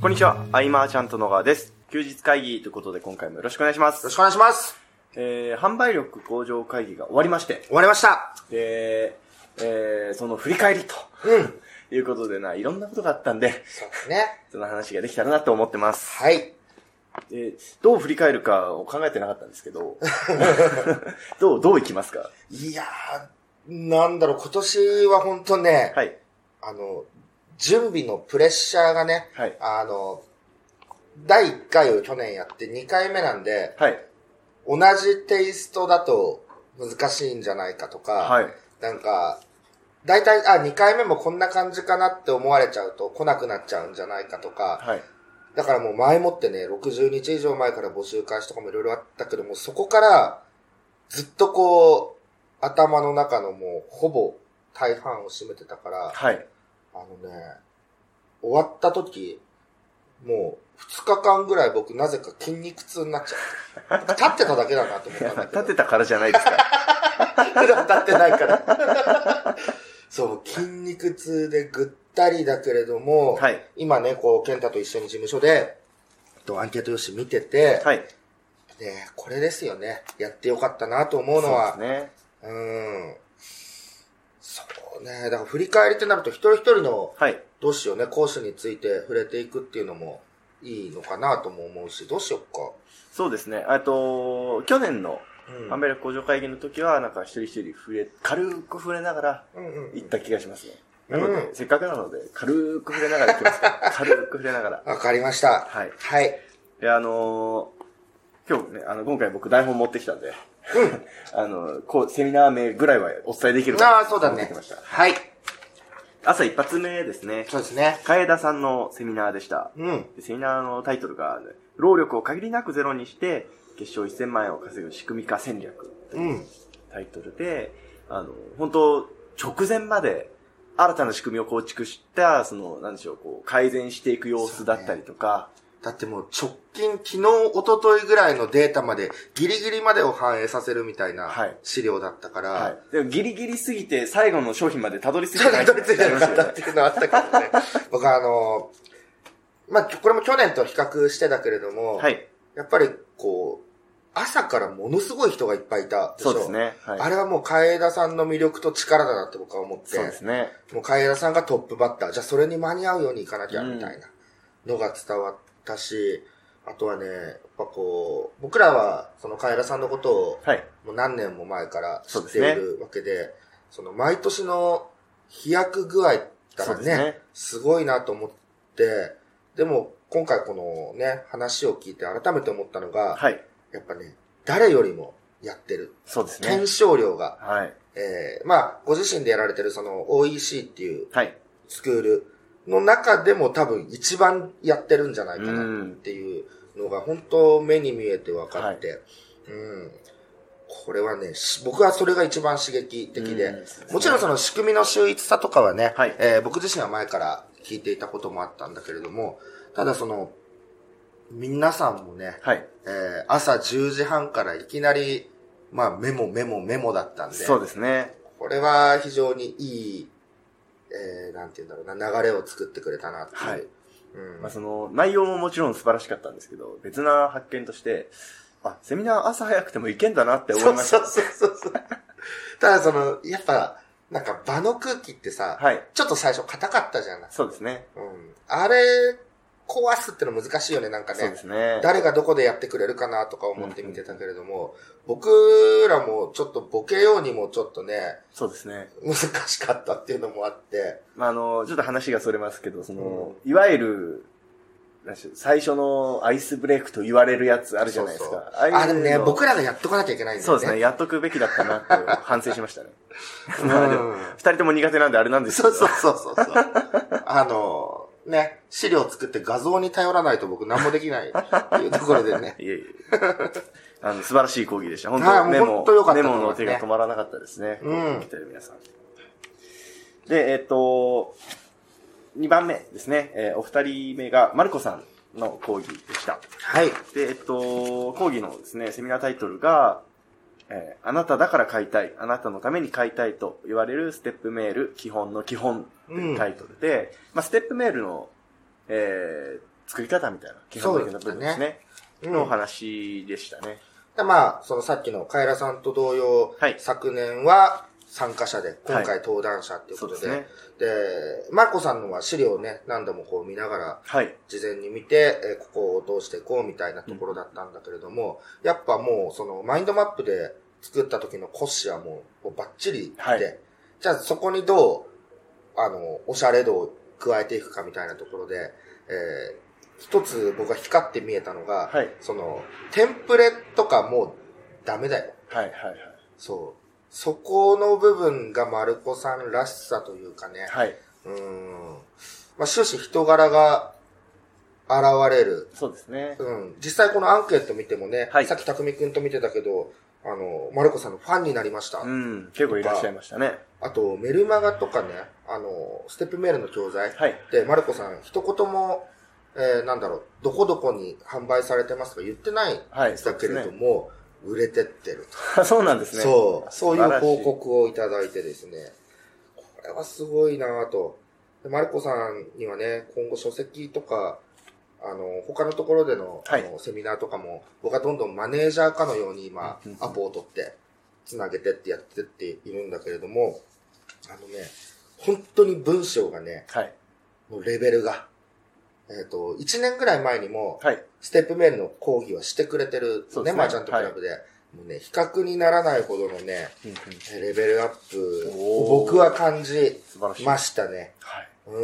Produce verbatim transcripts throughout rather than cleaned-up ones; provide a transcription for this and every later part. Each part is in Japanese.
こんにちは、アイマーちゃんと野川です。休日会議ということで今回もよろしくお願いします。 よろしくお願いします。 えー、販売力向上会議が終わりまして。 終わりました。 で、えー、その振り返りと。うん。いうことでな、いろんなことがあったんで。そうですね。 その話ができたらなと思ってます。 はい。 で、どう振り返るかを考えてなかったんですけど。どう、どういきますか？ いやー、なんだろう、今年は本当ね。はい。あの、準備のプレッシャーがね。はい。あの、だいいっかいを去年やってにかいめなんで、はい、同じテイストだと難しいんじゃないかとか、はい、なんか、だいたい、あ、にかいめもこんな感じかなって思われちゃうと来なくなっちゃうんじゃないかとか、はい、だからもう前もってね、ろくじゅうにち以上前から募集開始とかもいろいろあったけども、そこからずっとこう、頭の中のもうほぼ大半を占めてたから、はい、あのね、終わった時、もう、二日間ぐらい僕なぜか筋肉痛になっちゃって。立ってただけだなと思ったんだけど。 立ってたからじゃないですか。 普段立ってないから。そう、筋肉痛でぐったりだけれども、はい、今ね、こう、健太と一緒に事務所で、アンケート用紙見てて、はい、で、これですよね。やってよかったなと思うのは。そうですね。うん。そうね。だから振り返りってなると一人一人の、はい、どうしようね、講師について触れていくっていうのも、いいのかなとも思うし、どうしよっか。 そうですね。あと、去年の販売力向上会議の時は、なんか一人一人触れ、軽く触れながら行った気がしますね。うんうんうん、なので、せっかくなので、軽く触れながら行きますか。軽く触れながら。 わかりました。はい。はい。 で、あのー、今日ね、あの、今回僕台本持ってきたんで、うん、あの、こう、セミナー名ぐらいはお伝えできるかなと思ってきました。ああ、そうだね。はい。 朝一発目ですね。 そうですね。 楓田さんのセミナーでした。うん。セミナーのタイトルが、労力を限りなくゼロにして、月賞せんまん円を稼ぐ仕組み化戦略というタイトルで、うん、あの、本当直前まで新たな仕組みを構築した、その、なんでしょう、こう、改善していく様子だったりとか、 だってもう直近、昨日、一昨日ぐらいのデータまで、ギリギリまでを反映させるみたいな資料だったから。はいはい、 でもギリギリすぎて最後の商品までたどり着いてない。 たどり着いてなかったっていうのはあったけどね。僕はあの、まあ、これも去年と比較してたけれども、はい、やっぱりこう、朝からものすごい人がいっぱいいたでしょ。 そうですね。 はい、あれはもう楓田さんの魅力と力だなって僕は思って。 そうですね。 もう楓田さんがトップバッター。じゃあそれに間に合うようにいかなきゃみたいなのが伝わったし、あとはね、やっぱこう、僕らは、その、カエラさんのことを、はい。もう何年も前から知っているわけで、でね、その、毎年の飛躍具合ったらね、ねすごいなと思って、でも、今回このね、話を聞いて改めて思ったのが、はい。やっぱね、誰よりもやってる。 そうですね。 検証量が。はい。えー、まあ、ご自身でやられてるその、オーイーシー っていう、はい。スクールの中でも多分一番やってるんじゃないかなっていうのが本当目に見えて分かって、はい、うん。これはね、僕はそれが一番刺激的で、でね、もちろんその仕組みの秀逸さとかはね、はい、えー、僕自身は前から聞いていたこともあったんだけれども、ただその、皆さんもね、はい、えー、朝じゅうじはんからいきなり、まあメモメモメモだったんで、 そうですね。 これは非常にいい、えー、なんて言うんだろうな、流れを作ってくれたなっていう。はい。 うん、まあその、内容ももちろん素晴らしかったんですけど、別な発見として、あ、セミナー朝早くても行けんだなって思いました。 そうそうそうそう。ただその、やっぱ、なんか場の空気ってさ、はい、ちょっと最初硬かったじゃない。 そうですね。 うん。あれ、壊すっての難しいよね、なんかね。 そうですね。 誰がどこでやってくれるかなとか思って見てたけれども、うんうん、僕らもちょっとボケようにもちょっとね、 そうですね。 難しかったっていうのもあって。 まあ、あの、ちょっと話がそれますけど、その、うん、いわゆる、最初のアイスブレイクと言われるやつあるじゃないですか。そうそうあ, あ、でもね、僕らがやっとかなきゃいけないんだよね。 そうですね。やっとくべきだったなって反省しましたね。まあでも、二人とも苦手なんであれなんですけど。 そうそうそうそう。あの、ね、資料作って画像に頼らないと僕何もできないっていうところでね。いえいえ。 あの、素晴らしい講義でした。本当メモ、メモの手が止まらなかったですね。うん。見てる皆さん。で、えっと、にばんめですね。えー、お二人目が、マルコさんの講義でした。 はい。 で、えっと、講義のですね、セミナータイトルが、えー、あなただから買いたい、あなたのために買いたいと言われるステップメール基本の基本というタイトルで、うん、まあ、ステップメールの、えー、 作り方みたいな、基本的な部分ですね。そうですね。のお話でしたね。 でまあ、そのさっきのカエラさんと同様、はい、昨年は参加者で、今回登壇者っていうことで、はい、で、ね、で、マルコさんのは資料をね、何度もこう見ながら、はい、事前に見て、えここを通していこうみたいなところだったんだけれども、うん、やっぱもうそのマインドマップで作った時の骨子はもうバッチリで、はい、じゃあそこにどう、あの、おしゃれ度を加えていくかみたいなところで、えー一つ僕が光って見えたのが、はい、その、テンプレとかもうダメだよ。 はいはいはい。 そう。そこの部分がマルコさんらしさというかね。はい。うーん。まあ、終始人柄が現れる。 そうですね。 うん。実際このアンケート見てもね、はい、さっき匠くんと見てたけど、あの、マルコさんのファンになりました。 うん。結構いらっしゃいましたね。 あと、メルマガとかね、あの、ステップメールの教材。はい。で、マルコさん一言も、えー、なんだろう、どこどこに販売されてますとか言ってないんだけれども、はいね、売れてってると。そうなんですね。 そう。そういう報告をいただいてですね。これはすごいなぁと。でマルコさんにはね、今後書籍とか、あの、他のところでの、はい、あのセミナーとかも、僕はどんどんマネージャーかのように今、アポを取って、つなげてってやってっているんだけれども、あのね、本当に文章がね、はい、もうレベルが、えっと、いちねんぐらい前にも、はい、ステップメールの講義はしてくれてるね、マーチャントクラブで、はい、もうね、比較にならないほどのね、うんうん、レベルアップを僕は感じましたね。はい。うん。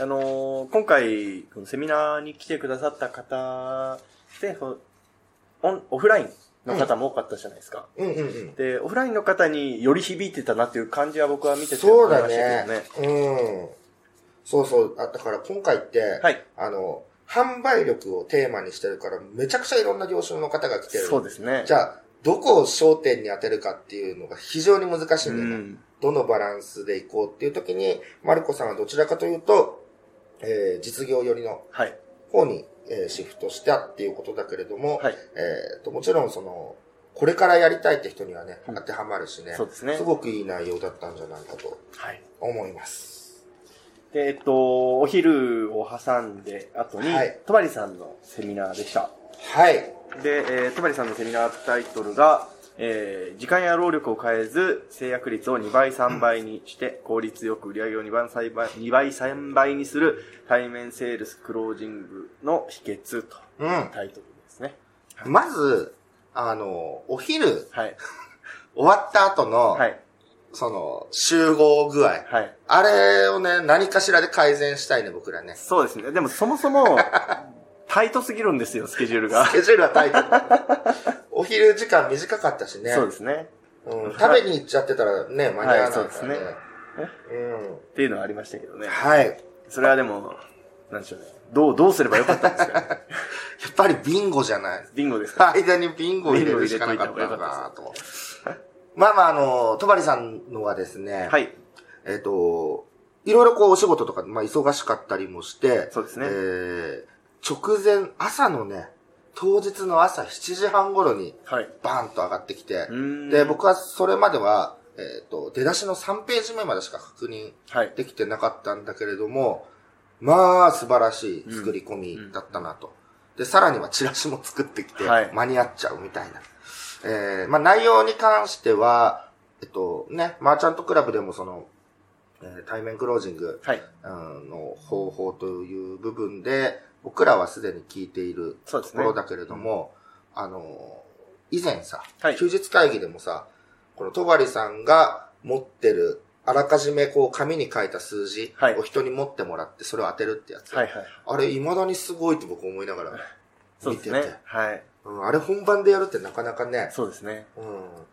あのー、今回、このセミナーに来てくださった方で、オン、オフラインの方も多かったじゃないですか。 うんうんうん。 で、オフラインの方により響いてたなっていう感じは僕は見てて思いましたけどね。 そうだね。うん。そうそう。だから今回って、はい、あの、販売力をテーマにしてるから、めちゃくちゃいろんな業種の方が来てる。 そうですね。 じゃあ、どこを焦点に当てるかっていうのが非常に難しいんだよね。うん、どのバランスでいこうっていう時に、マルコさんはどちらかというと、えー、実業寄りの方に、はい、えー、シフトしたっていうことだけれども、はい、えー、ともちろんその、これからやりたいって人にはね、当てはまるしね。 そうですね。 すごくいい内容だったんじゃないかと思います。はいで、えっと、お昼を挟んで後に、はい、戸張さんのセミナーでした。 はい。 で、えー、戸張さんのセミナータイトルが、えー、時間や労力を変えず、制約率をにばいさんばいにして、効率よく売上をにばいさんばいにする対面セールスクロージングの秘訣と、うん、タイトルですね。 まず、あの、お昼、はい、終わった後の、はい、その、集合具合。はい。あれをね、何かしらで改善したいね、僕らね。 そうですね。でもそもそも、タイトすぎるんですよ、スケジュールが。 スケジュールはタイト。お昼時間短かったしね。 そうですね。 うん。食べに行っちゃってたらね、間に合わないからね。はい、そうですね。 うん。っていうのはありましたけどね。 はい。 それはでも、なんでしょうね。どう、どうすればよかったんですかね。やっぱりビンゴじゃない。 ビンゴですか。 間にビンゴを入れるしかなかったのかなと。まあまあ、あの、戸張さんのはですね、はい。えっと、いろいろこうお仕事とか、まあ忙しかったりもして、 そうですね。 えー、直前、朝のね、当日の朝しちじはん頃に、はい。バーンと上がってきて、で、僕はそれまでは、えっと、出だしのさんページ目までしか確認できてなかったんだけれども、はい、まあ、素晴らしい作り込みだったなと。うん、で、さらにはチラシも作ってきて、はい、間に合っちゃうみたいな。えー、まあ内容に関しては、えっとね、マーチャントクラブでもその、えー、対面クロージング、はい、の方法という部分で、僕らはすでに聞いているところだけれども、ね、あの、以前さ、はい、休日会議でもさ、この戸張さんが持ってる、あらかじめこう紙に書いた数字を人に持ってもらってそれを当てるってやつ。はいはい、あれ未だにすごいって僕思いながら見てて。 そうですね。はい。 うん、あれ本番でやるってなかなかね。 そうですね。うん。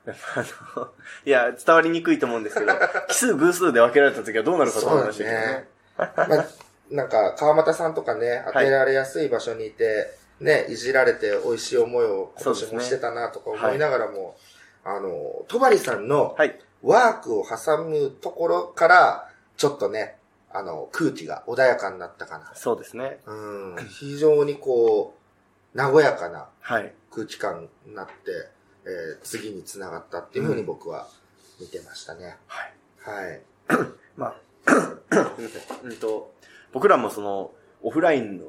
あの、いや、伝わりにくいと思うんですけど、奇数偶数で分けられた時はどうなるかと思いましたけどね。 まあ、なんか、川又さんとかね、当てられやすい場所にいて、はい、ね、いじられて美味しい思いを今年もしてたなとか思いながらも、はい、あの、戸張さんのワークを挟むところから、ちょっとね、あの、空気が穏やかになったかな。 そうですね。 うん。非常にこう、和やかな空気感になって、えー、次につながったっていうふうに僕は見てましたね。はい。はい。 まあ、うんと、僕らもその、オフラインの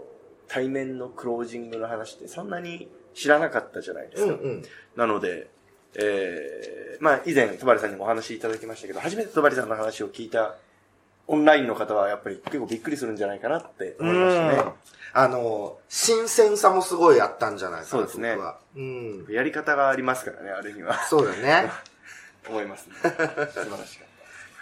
対面のクロージングの話ってそんなに知らなかったじゃないですか。うんうん、なので、えー、まあ以前、戸張さんにもお話いただきましたけど、初めて戸張さんの話を聞いたオンラインの方はやっぱり結構びっくりするんじゃないかなって思いましたね。 あの、新鮮さもすごいあったんじゃないかな。 そうですね。僕はうん。やり方がありますからね、あれには。 そうだね。 思いますね。素晴らしかった。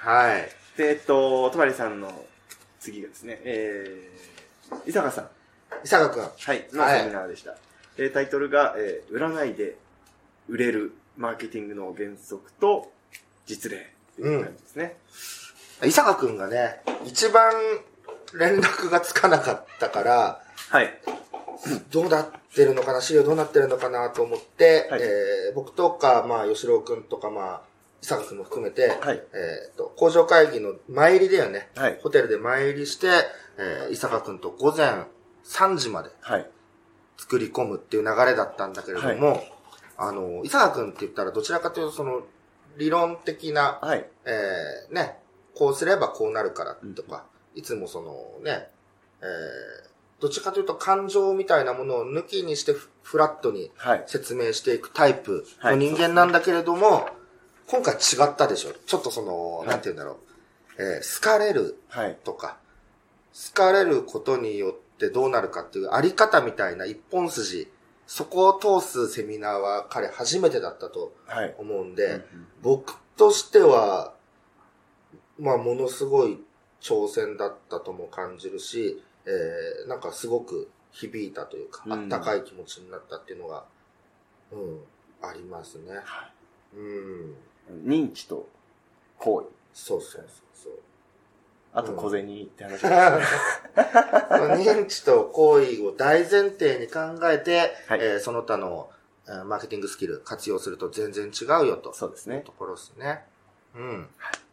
はい。 で、えっと、戸張さんの次がですね、えー、伊坂さん。 伊坂くん。 はい。のセミナーでした。はい、タイトルが、えー、占いで売れるマーケティングの原則と実例っていう感じですね。 うん、伊坂くんがね、一番連絡がつかなかったから、 はい。 どうなってるのかな、資料どうなってるのかなと思って、はい、えー、僕とか、まあ、吉郎くんとか、まあ、伊坂くんも含めて、はい、えっと、工場会議の前入りだよね。はい、ホテルで前入りして、えー、伊坂くんと午前さんじまで、作り込むっていう流れだったんだけれども、はい、あの、伊坂くんって言ったらどちらかというと、その、理論的な、はい、えー、ね、こうすればこうなるからとか、うん、いつもそのね、えー、どっちかというと感情みたいなものを抜きにしてフラットに説明していくタイプの人間なんだけれども、はいはい、今回違ったでしょ。ちょっとその、はい、なんて言うんだろう、えー、好かれるとか、はい、好かれることによってどうなるかっていうあり方みたいな一本筋、そこを通すセミナーは彼初めてだったと思うんで、はい、うんうん、僕としては、まあものすごい挑戦だったとも感じるし、えー、なんかすごく響いたというか、うん、あったかい気持ちになったっていうのが、うん、ありますね。はい、うん、 認知と行為。 そうそうそうそう。 あと小銭って話ですね。認知と行為を大前提に考えて、はい、えー、その他のマーケティングスキル活用すると全然違うよと。 そうですね。 ところですね。うん。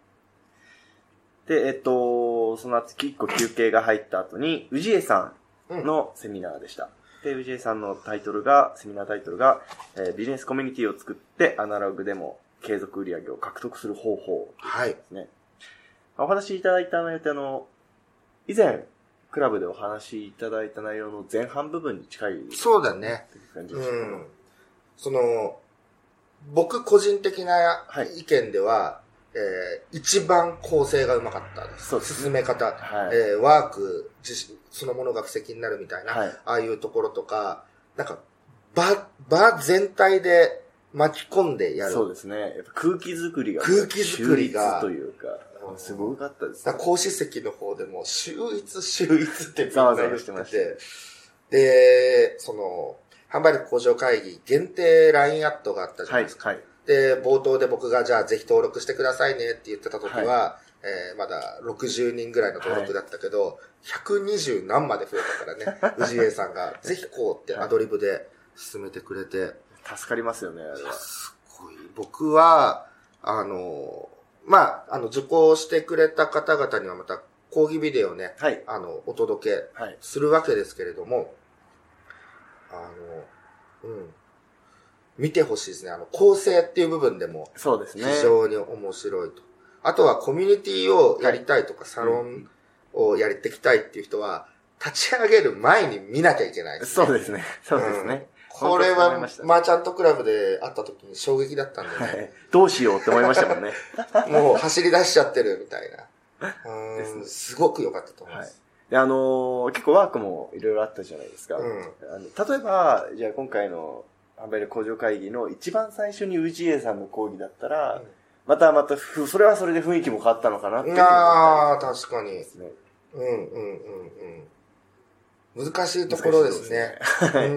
で、えっと、その後、一個休憩が入った後に、氏家さんのセミナーでした。うん、で、氏家さんのタイトルが、セミナータイトルが、えー、ビジネスコミュニティを作って、アナログでも継続売上を獲得する方法ですね。はい。お話しいただいた内容って、あの、以前、クラブでお話しいただいた内容の前半部分に近い。 そうだね。感じですけど、うん。その、僕個人的な意見では、はい、えー、一番構成がうまかったです。そうです。進め方、はい、えー、ワーク自そのものが布石になるみたいな、はい、ああいうところとか、なんか、場、場全体で巻き込んでやる。 そうですね。やっぱ空気作りが。 空気作りが。 というか、すごかったですね。 講師席の方でも、秀逸秀逸ってみんな言ってて、で、その、販売力向上会議限定 ライン アットがあったじゃないですか。はいはい、で、冒頭で僕がじゃあぜひ登録してくださいねって言ってた時は、はい、えー、まだろくじゅうにんぐらいの登録だったけど、はい、ひゃくにじゅう何まで増えたからね、氏家さんがぜひこうってアドリブで進めてくれて。 助かりますよね、あれは。 すごい。僕は、あの、まあ、あの、受講してくれた方々にはまた講義ビデオね、はい、あの、お届けするわけですけれども、はい、あの、うん。見てほしいですね。あの、構成っていう部分でも。 そうですね。 非常に面白いと。あとはコミュニティをやりたいとか、はい、サロンをやっていきたいっていう人は、立ち上げる前に見なきゃいけないですね。そうですね。そうですね。 うん、これは、マーチャントクラブで会った時に衝撃だったんでね。はい、 どうしようって思いましたもんね。 もう走り出しちゃってるみたいな。うんですね、すごく良かったと思います。はい、 で、あのー、結構ワークもいろいろあったじゃないですか。うん、あの例えば、じゃあ今回の販売力向上会議の一番最初に氏家さんの講義だったら、うん、またまた、それはそれで雰囲気も変わったのかなっていう。 ああ、確かに。ですね。うんうんうんうん。難しいところですね。ですね。うん、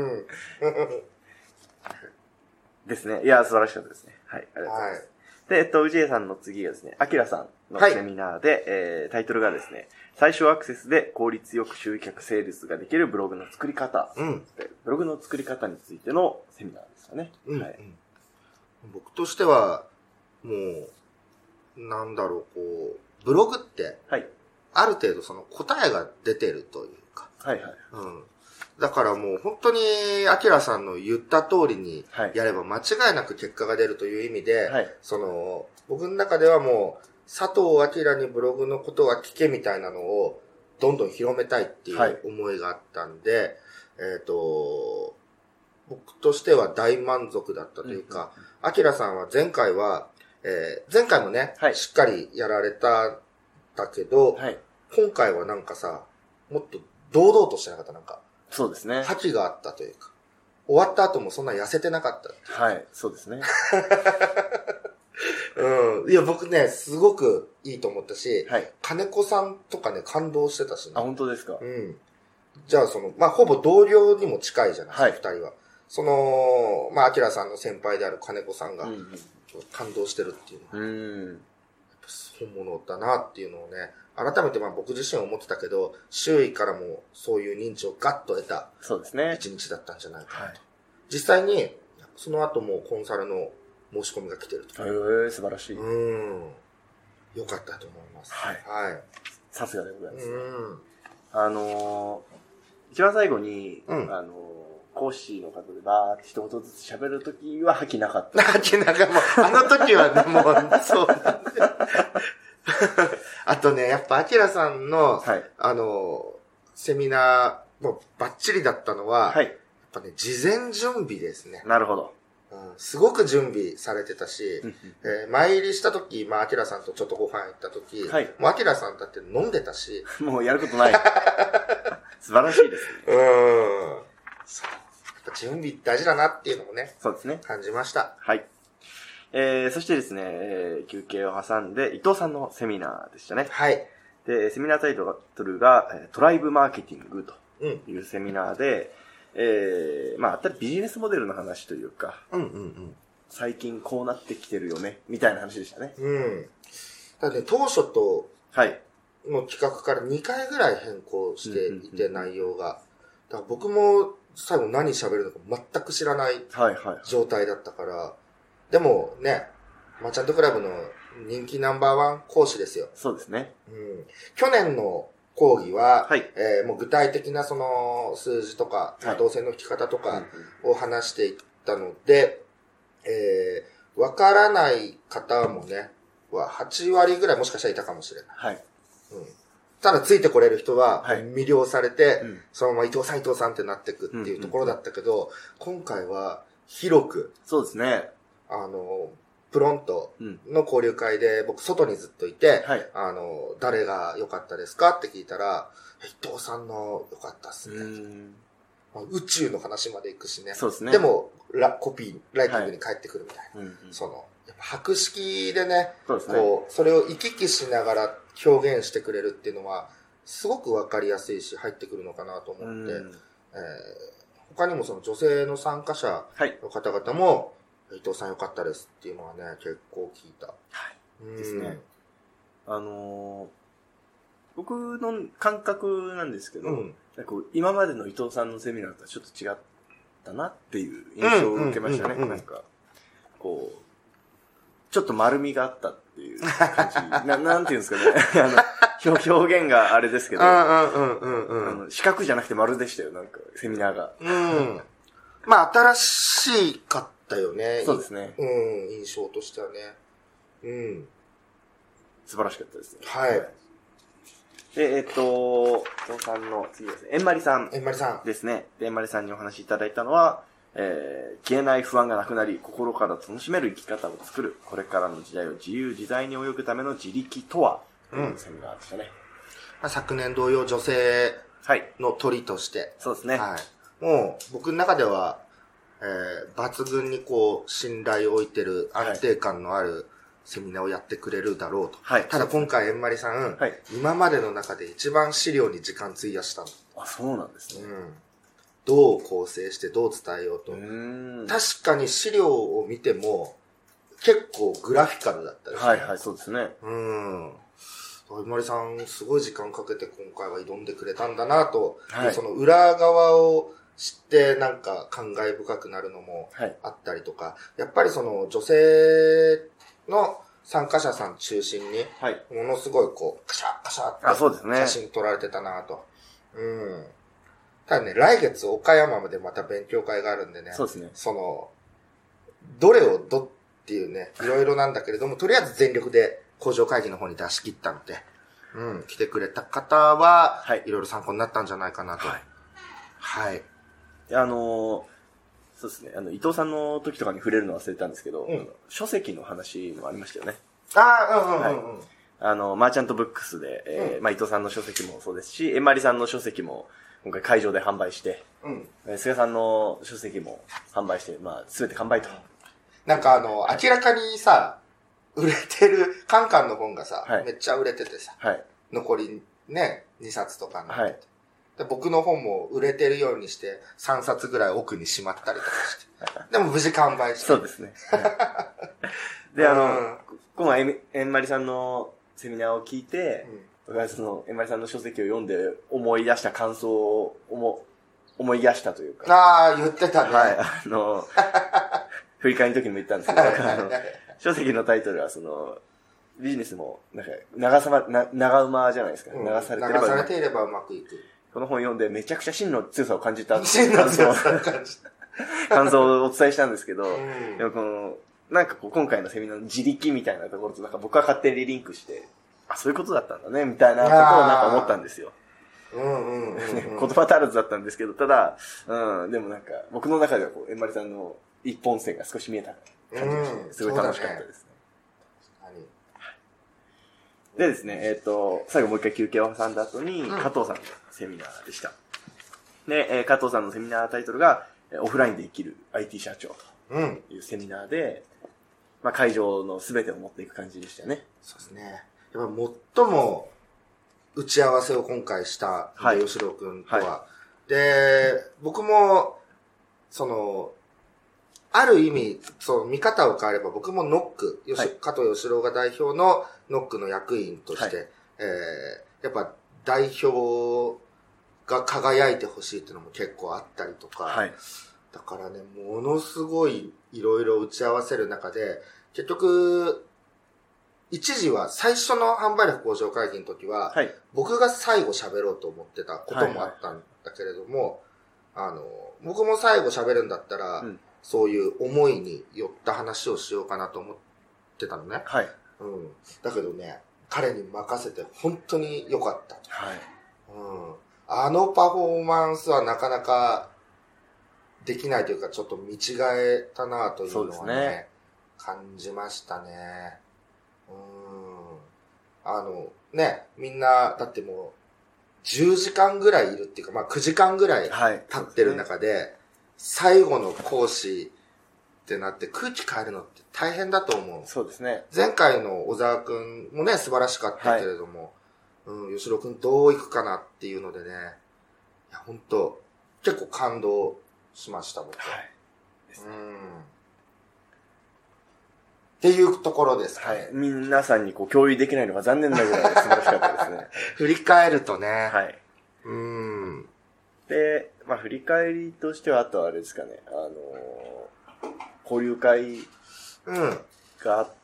ですね。いや、素晴らしかったですね。はい。ありがとうございます。はい、で、えっと、氏家さんの次がですね、アキラさんのセミナーで、はい、えー、タイトルがですね、最小アクセスで効率よく集客セールスができるブログの作り方、うん、ブログの作り方についてのセミナーですかね。うん、はい、 僕としては、もう、なんだろう、こう、ブログって、はい、ある程度その答えが出てるというか、はいはい、うん。だからもう本当に、アキラさんの言った通りにやれば間違いなく結果が出るという意味で、はい、その、僕の中ではもう、佐藤明にブログのことは聞けみたいなのをどんどん広めたいっていう思いがあったんで、はい、 えっと、僕としては大満足だったというか、アキラさんは前回は、えー、前回もね、はい、しっかりやられた、だけど、はい、今回はなんかさ、もっと堂々としてなかった、なんか。 そうですね。 覇気があったというか、終わった後もそんな痩せてなかった。 はい、そうですね。 うん。いや、僕ね、すごくいいと思ったし、はい、金子さんとかね、感動してたしね。 あ、本当ですか。 うん。じゃあ、その、まあ、ほぼ同僚にも近いじゃないですか、はい、二人は。その、まあ、アキラさんの先輩である金子さんが、感動してるっていうのは、うん、やっぱ本物だなっていうのをね、改めてまあ僕自身思ってたけど、周囲からもそういう認知をガッと得た、そうですね。一日だったんじゃないかなと。はい、実際に、その後もコンサルの申し込みが来てると。 へー、素晴らしい。 うん。よかったと思います。はい。はい。 さすがでございます。うん。あのー、一番最後に、うん、あのー、講師の方でバーって一言ずつ喋るときは吐きなかった。 吐きなかった。もう、あの時はね、もう、そうなんで。あとね、やっぱ、アキラさんの、はい、あの、セミナー、もうバッチリだったのは、はい、やっぱね、事前準備ですね。 なるほど。 うん、すごく準備されてたし、えー、前入りした時、まあ、アキラさんとちょっとご飯行った時、はい、もうアキラさんだって飲んでたし。 もうやることない。素晴らしいですね。うん。 そう。準備大事だなっていうのもね。 そうですね。 感じました。 はい。えー、そしてですね、えー、休憩を挟んで伊藤さんのセミナーでしたね。はい。で、セミナータイトルがトライブマーケティングというセミナーで、うん、えー、まあ、あったりビジネスモデルの話というか、うんうんうん、最近こうなってきてるよね、みたいな話でしたね。 うん。だって当初と、はい。の企画からにかいぐらい変更していて、内容が。だから僕も最後何喋るのか全く知らない状態だったから、はいはい、でもね、マーチャントクラブの人気ナンバーワン講師ですよ。 そうですね。 うん、去年の講義は、はい、えー、もう具体的なその数字とか、はい、動線の引き方とかを話していったので、えー、わからない方もね、ははちわりぐらいもしかしたらいたかもしれない。はい。うん、ただついてこれる人は魅了されて、はいうん、そのまま伊藤さん伊藤さんってなっていくっていうところだったけど、うんうんうん、今回は広く。 そうですね。 あの、プロントの交流会で僕外にずっといて、はい、あの、誰が良かったですかって聞いたら、伊藤さんの良かったっすね。まあ、宇宙の話まで行くしね。そうですね。でも、ラコピー、ライティングに返ってくるみたいな。はいうんうん、その、やっぱ博識でね、そうですねこう、それを行き来しながら表現してくれるっていうのは、すごくわかりやすいし、入ってくるのかなと思って、うんえー、他にもその女性の参加者の方々も、はい、伊藤さん良かったですっていうのはね、結構聞いた。はい。うん、ですね。 あのー、僕の感覚なんですけど、うん、なんか今までの伊藤さんのセミナーとはちょっと違ったなっていう印象を受けましたね。なんか、こう、ちょっと丸みがあったっていう感じ。ななんていうんですかね。あの、表現があれですけど、四角じゃなくて丸でしたよ、なんか、セミナーが。 うん。まあ、新しいかったよね。 そうですね。 うん、印象としてはね。うん。 素晴らしかったですね。 はい。 で、えっと、伊藤さんの次ですね。えんまりさん。 えんまりさん。 ですね。で、えんまりさんにお話しいただいたのは、えー、消えない不安がなくなり、心から楽しめる生き方を作る。これからの時代を自由自在に泳ぐための自力とは、というセミナーでしたね。 まあ、昨年同様女性の鳥として。はい、 そうですね。 はい。もう、僕の中では、えー、抜群にこう、信頼を置いてる安定感のあるセミナーをやってくれるだろうと。はい。ただ今回、えんまりさん、はい、今までの中で一番資料に時間費やしたの。 あ、そうなんですね。うん。 どう構成してどう伝えようと。う確かに資料を見ても、結構グラフィカルだったですね。 はいはい、そうですね。 うん。えんまりさん、すごい時間かけて今回は挑んでくれたんだなと。はい、その裏側を知ってなんか感慨深くなるのもあったりとか、はい、やっぱりその女性の参加者さん中心に、ものすごいこう、カシャカシャって写真撮られてたなと。うん。ただね、来月岡山までまた勉強会があるんでね。 そうですね。 その、どれをどっていうね、いろいろなんだけれども、とりあえず全力で工場会議の方に出し切ったので、うん、来てくれた方は、はい、いろいろ参考になったんじゃないかなと。はい。はい。 あの、そうですね、あの、伊藤さんの時とかに触れるの忘れたんですけど、うん、書籍の話もありましたよね。 ああ、うんうんうん、うん。はい、 あの、マーチャントブックスで、えーうん、まあ、伊藤さんの書籍もそうですし、えんまりさんの書籍も今回会場で販売して、うん、えー、菅さんの書籍も販売して、まあ、すべて完売と。 なんかあの、明らかにさ、売れてる、カンカンの本がさ、はい、めっちゃ売れててさ、はい、残りね、にさつとかになってて、はい、で僕の本も売れてるようにして、さんさつぐらい奥にしまったりとかして、でも無事完売して。 そうですね。はい、で、あの、うん、今回、えんまりさんのセミナーを聞いて、うん、僕はその、えんまりさんの書籍を読んで思い出した感想を思、思い出したというか。 ああ、言ってたね。 はい、あの、振り返りの時にも言ったんですけど、あの書籍のタイトルはその、ビジネスも、なんか、長さま、な、長馬じゃないですか。うん、流されていれば。 流されていればうまくいく。 この本読んでめちゃくちゃ真の強さを感じた。 真の強さを感じた。 感想をお伝えしたんですけど、うん、でもこの、なんかこう今回のセミナーの自力みたいなところとなんか僕は勝手にリンクして、あ、そういうことだったんだね、みたいなことをなんか思ったんですよ。 うんうんうんうん、 言葉足らずだったんですけど、ただ、うん、でもなんか僕の中ではこう、えんまりさんの一本線が少し見えた感じがして、すごい楽しかったですね。でですね、えっ、ー、と、最後もう一回休憩を挟んだ後に、加藤さんのセミナーでした。で、えー、加藤さんのセミナータイトルが、オフラインで生きる アイティー 社長というセミナーで、うん、まあ会場の全てを持っていく感じでしたよね。 そうですね。やっぱ最も打ち合わせを今回した、はい、吉郎くんとは、はい。で、僕も、その、ある意味、その見方を変えれば僕もノック、はい、加藤義郎が代表のノックの役員として、はい、えー、やっぱ代表が輝いてほしいっていうのも結構あったりとか、はい、だからね、ものすごいいろいろ打ち合わせる中で、結局、一時は最初の販売力向上会議の時は、はい、僕が最後喋ろうと思ってたこともあったんだけれども、はいはい、あの、僕も最後喋るんだったら、うん、そういう思いに寄った話をしようかなと思ってたのね。はい。うん。だけどね、彼に任せて本当に良かった。はい。うん。あのパフォーマンスはなかなかできないというか、ちょっと見違えたなというのはね、そうですね、感じましたね。うん。あの、ね、みんな、だってもう、じゅうじかんぐらいいるっていうか、まあくじかんぐらい経ってる中で、はい、最後の講師ってなって空気変えるのって大変だと思う。 そうですね。 前回の小沢くんもね、素晴らしかったけれども、はい、うん、吉郎くんどういくかなっていうのでね、いや、本当結構感動しました、僕は。はい。ですね。うん。っていうところですかね。はい。 皆さんにこう共有できないのが残念なぐらい素晴らしかったですね。 振り返るとね。 はい。 うん。 で、まあ振り返りとしては、あとはあれですかね、あのー、交流会があって、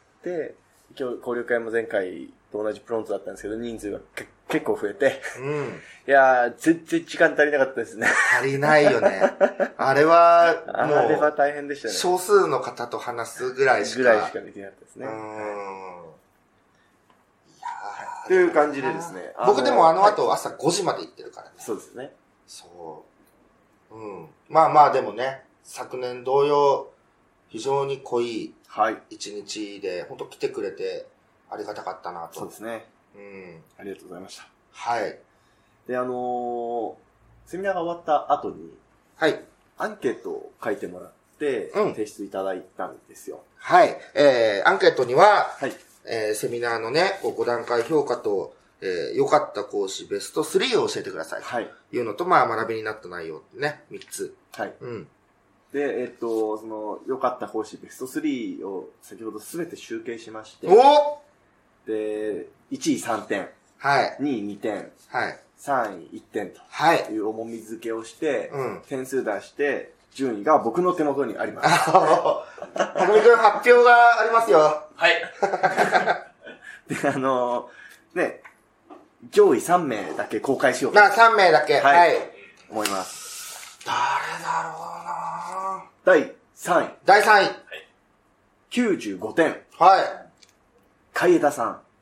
今日交流会も前回と同じプロントだったんですけど、人数がけ結構増えて、うん、いやー、全然時間足りなかったですね。 足りないよね。あれは、もう、 あれは大変でしたね。 少数の方と話すぐらいしか。 ぐらいしかできなかったですね。うん。いやー。という感じでですね。 僕でもあの後朝ごじまで行ってるからね。 そうですね。 そう。うん。まあまあでもね、昨年同様、非常に濃い一日で、はい、本当来てくれてありがたかったなと。 そうですね。うん。ありがとうございました。 はい。 で、あのー、セミナーが終わった後に、 はい。 アンケートを書いてもらって、うん、提出いただいたんですよ。 はい。えー、アンケートには、はい。えー、セミナーのね、ご段階評価と、えー、良かった講師ベストスリーを教えてください。はい。いうのと、まあ、学びになった内容ね、みっつ。 はい。うん。で、えっと、その、良かった講師ベストスリーを先ほどすべて集計しまして。 おで、いちいさんてん。 はい。 にいにてん。 はい。 さんいいってんと。 はい。 いう重み付けをして、うん。点数出して、順位が僕の手元にあります。 はじめくん発表がありますよ。 はい。 で、あのー、ね、上位さんめいだけ公開しようかな。あ、さんめいだけ。はい。はい、 思います。 誰だろうなだいさんい。 だいさんい。はい、 きゅうじゅうごてん。 はい。 海江田さん。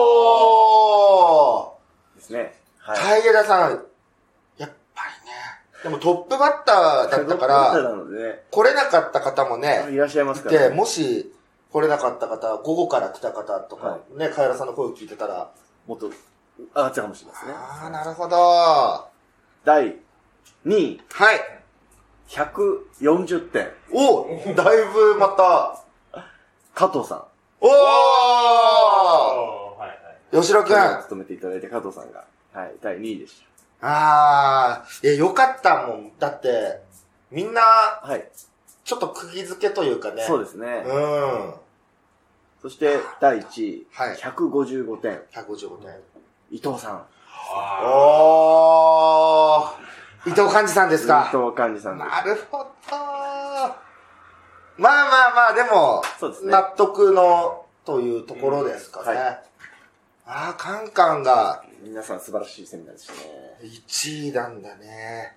おーですね。 はい。海江田さん。やっぱりね。 でもトップバッターだったから、ね、来れなかった方もね、 いらっしゃいますから、ね。 で、もし来れなかった方、午後から来た方とか、はい、ね、カエラさんの声を聞いてたら、 もっと上がっちゃうかもしれないですね。 ああ、なるほど。 だいにい。 はい。 ひゃくよんじゅってん。 おだいぶまた。 加藤さん。 おー、はいはい、吉野くん。 務めていただいて加藤さんが、はい、だいにいでした。 あー、いや、よかったもん。だって、みんな、 はい。 ちょっと釘付けというかね。 そうですね。 うん。 そして、だいいちい。 はい。 ひゃくごじゅうごてん。 ひゃくごじゅうごてん。 伊藤さん。 おー。伊藤寛治さんですか。 伊藤寛治さんです。 なるほど。まあまあまあ、でも、そうですね、納得のというところですかね。うん、はい、ああ、カンカンが。 皆さん素晴らしいセミナーでしたね。 いちいなんだね。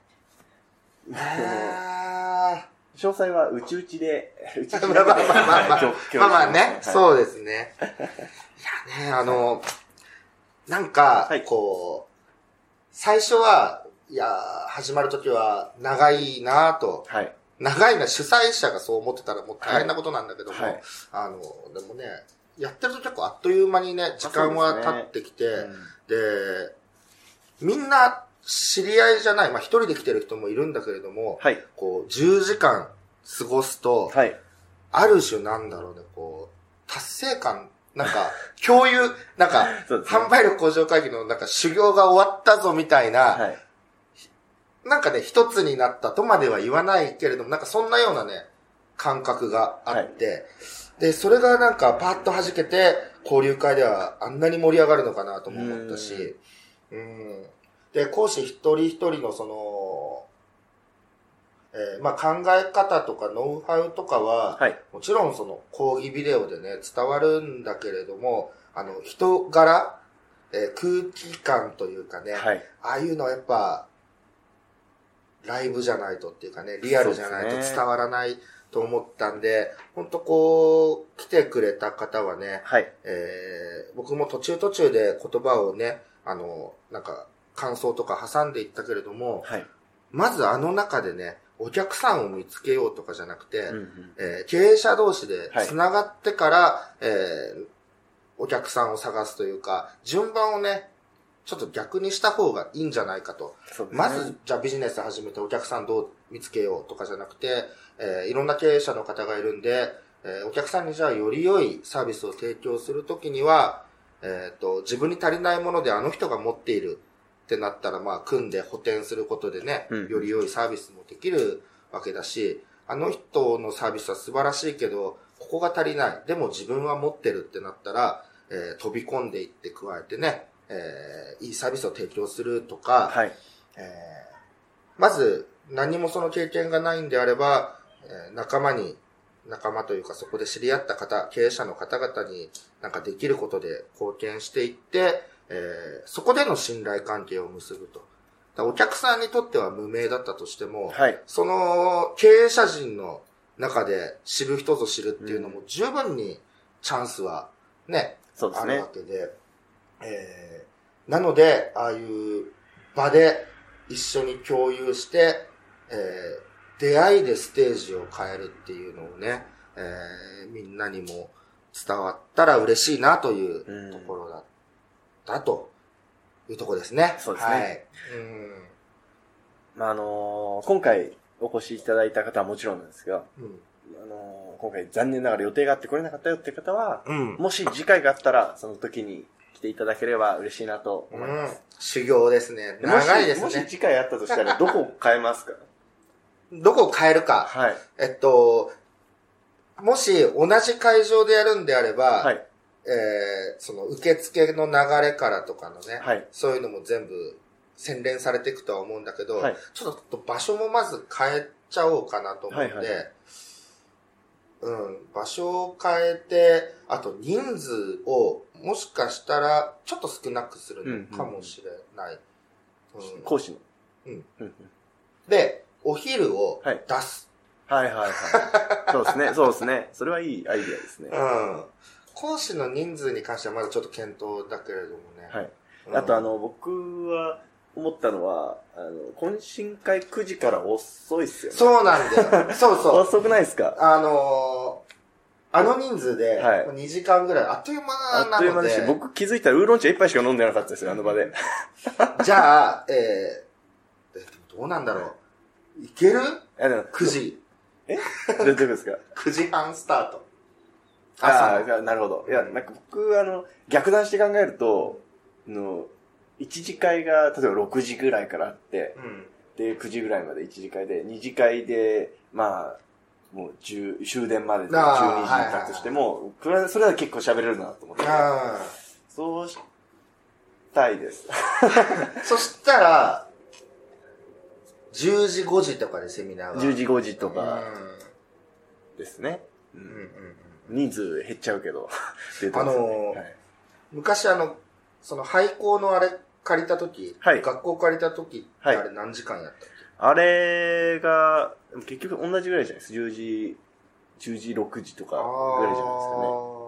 あ詳細はうちうちで、うちうちで。 まあまあまあまあ。まあまあね、はい、そうですね。いやね、あの、なんか、はい、こう、最初は、いや、始まるときは長いなぁと。はい。長いな、主催者がそう思ってたらもう大変なことなんだけども、はい、あの、でもね、やってると結構あっという間にね、時間は経ってきて、で、ねうん、で、みんな知り合いじゃない、まあ一人で来てる人もいるんだけれども、はい、こう、じゅうじかん過ごすと、はい、ある種なんだろうね、こう、達成感、なんか、共有、なんか、ね、販売力向上会議のなんか修行が終わったぞみたいな、はいなんかね、一つになったとまでは言わないけれども、なんかそんなようなね、感覚があって、はい、で、それがなんかパーッと弾けて、交流会ではあんなに盛り上がるのかなとも思ったし、うん。で、講師一人一人のその、えー、まあ考え方とかノウハウとかは、はい、もちろんその講義ビデオでね、伝わるんだけれども、あの、人柄、えー、空気感というかね、はい、ああいうのはやっぱ、ライブじゃないとっていうかね、リアルじゃないと伝わらないと思ったんで、ほんとこう、来てくれた方はね、はい、えー、僕も途中途中で言葉をね、あの、なんか、感想とか挟んでいったけれども、はい、まずあの中でね、お客さんを見つけようとかじゃなくて、うんうんえー、経営者同士で繋がってから、はい、えー、お客さんを探すというか、順番をね、ちょっと逆にした方がいいんじゃないかと。ね、まず、じゃあビジネス始めてお客さんどう見つけようとかじゃなくて、えー、いろんな経営者の方がいるんで、えー、お客さんにじゃあより良いサービスを提供するときには、えっと、自分に足りないものであの人が持っているってなったら、まあ、組んで補填することでね、うん、より良いサービスもできるわけだし、あの人のサービスは素晴らしいけど、ここが足りない。でも自分は持ってるってなったら、えー、飛び込んでいって加えてね、えー、いいサービスを提供するとか、はい、えー、まず何もその経験がないんであれば、えー、仲間に、仲間というかそこで知り合った方、経営者の方々になんかできることで貢献していって、えー、そこでの信頼関係を結ぶと。お客さんにとっては無名だったとしても、はい、その経営者陣の中で知る人ぞ知るっていうのも十分にチャンスはね、そうですね、あるわけで、えー、なので、ああいう場で一緒に共有して、えー、出会いでステージを変えるっていうのをね、えー、みんなにも伝わったら嬉しいなというところだったというところですね。 そうですね。はい。うんまあ、あのー、今回お越しいただいた方はもちろんなんですが、うんあのー、今回残念ながら予定があって来れなかったよって方は、うん、もし次回があったらその時に来ていただければ嬉しいなと思います。うん、 修行ですね。長いですね。 もし次回あったとしたらどこを変えますか？ どこを変えるか。はい。えっと、もし同じ会場でやるんであれば、はい。えー、その受付の流れからとかのね、はい。そういうのも全部洗練されていくとは思うんだけど、はい。ちょっと場所もまず変えちゃおうかなと思って、はいはい、うん、場所を変えて、あと人数をもしかしたらちょっと少なくするのかもしれない。 うんうん、講師の。 うん。で、お昼を出す。 はい、はい、はいはい。そうですね、そうですね。それはいいアイディアですね。 うん。講師の人数に関してはまだちょっと検討だけれどもね。 はい。あとあの、僕は思ったのは、あの、懇親会くじから遅いっすよね。 そうなんだよ。そうそう。 遅くないですか？ あのー、あの人数で、にじかんぐらい、あっという間なので。 あっという間でした。僕気づいたらウーロン茶一杯しか飲んでなかったですよ、あの場で。 じゃあ、えー、どうなんだろう。いける ?く 時。 えどういうことですか？ く 時半スタート。 ああ、なるほど。いや、なんか僕、あの、逆断して考えると、の、一次会が、例えばろくじぐらいからあって、うん、で、くじぐらいまで一次会で、二次会で、まあ、もうじゅう、終電まででじゅうにじに立つしても、それ、それは結構喋れるなと思って。そうしたいです。 そしたら、じゅうじごじとかでセミナーが。 じゅうじごじとか、ですね。うんうんうん、人数減っちゃうけど。 あのーはい、昔あの、その廃校のあれ借りたとき、はい、学校借りたときってあれ何時間やったっけ？ あれが、結局同じぐらいじゃないですか。じゅうじ、じゅうじ、ろくじとかぐらいじゃないですかね。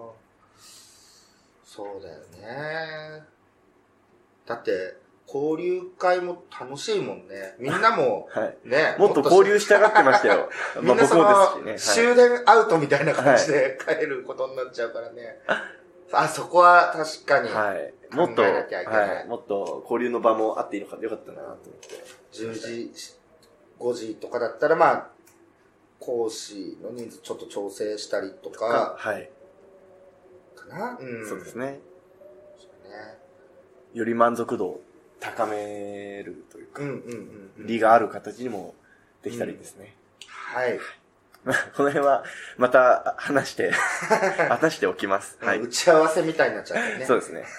そうだよね。だって、交流会も楽しいもんね。みんなも、ね、 はい、もっと交流したがってましたよ。 みんなその、ね、終電アウトみたいな感じで帰ることになっちゃうからね。はい、あ、そこは確かに考えなきゃいけない。 はい、もっと交流の場もあっていいのかよかったなと思って。 じゅうじ、ごじとかだったら、まあ、講師の人数ちょっと調整したりとか、はい。かな、 うん、そうですね。そうね。より満足度を高めるというか、うんうんうんうん、利がある形にもできたらいいですね。 うん、はい。 この辺は、また話して、話しておきます。 はい。打ち合わせみたいになっちゃってね。 そうですね。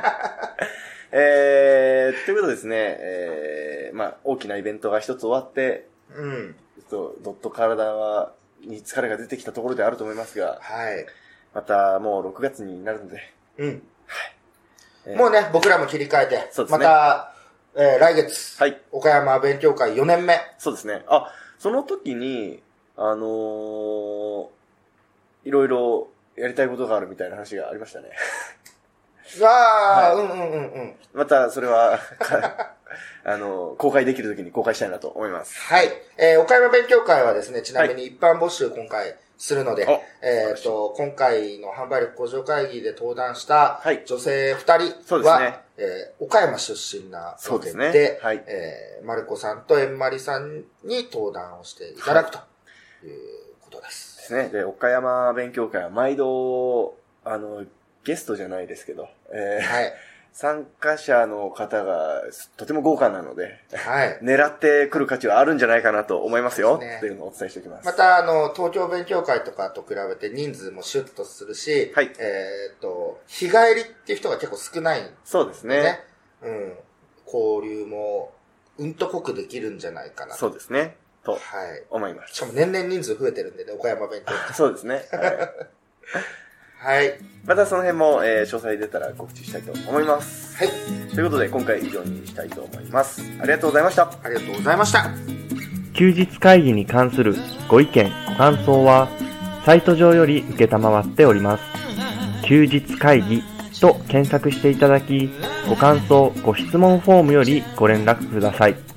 えー、ということですね、えー、まあ、大きなイベントが一つ終わって、うん。ちょっと、どっと体は、に疲れが出てきたところであると思いますが、はい。また、もうろくがつになるので、うん。はい。 えー、もうね、僕らも切り替えて、そうですね。また、えー、来月、はい。岡山勉強会よねんめ。 そうですね。あ、その時に、あのー、いろいろやりたいことがあるみたいな話がありましたね。 ああ、はい、うんうんうんうん。 また、それは、あの、公開できるときに公開したいなと思います。 はい。えー、岡山勉強会はですね、ちなみに一般募集今回するので、はい、えっと、今回の販売力向上会議で登壇した女性二人は、そうですね。えー、岡山出身なので、ね、で、はい、えー、マルコさんとエンマリさんに登壇をしていただくということです。 ですね。で、岡山勉強会は毎度、あの、ゲストじゃないですけど、えー、はい。参加者の方がとても豪華なので、はい。狙ってくる価値はあるんじゃないかなと思いますよ。ね、っていうのをお伝えしておきます。 また、あの、東京勉強会とかと比べて人数もシュッとするし、はい。えっと、日帰りっていう人が結構少ないんで、ね。 そうですね。 うん。交流も、うんと濃くできるんじゃないかなと。 そうですね。と、はい。思います。 しかも年々人数増えてるんでね、岡山勉強会。 そうですね。はいはい。またその辺も、えー、詳細出たら告知したいと思います。はい。ということで、今回以上にしたいと思います。ありがとうございました。 ありがとうございました。 休日会議に関するご意見、ご感想は、サイト上より受けたまわっております。休日会議と検索していただき、ご感想、ご質問フォームよりご連絡ください。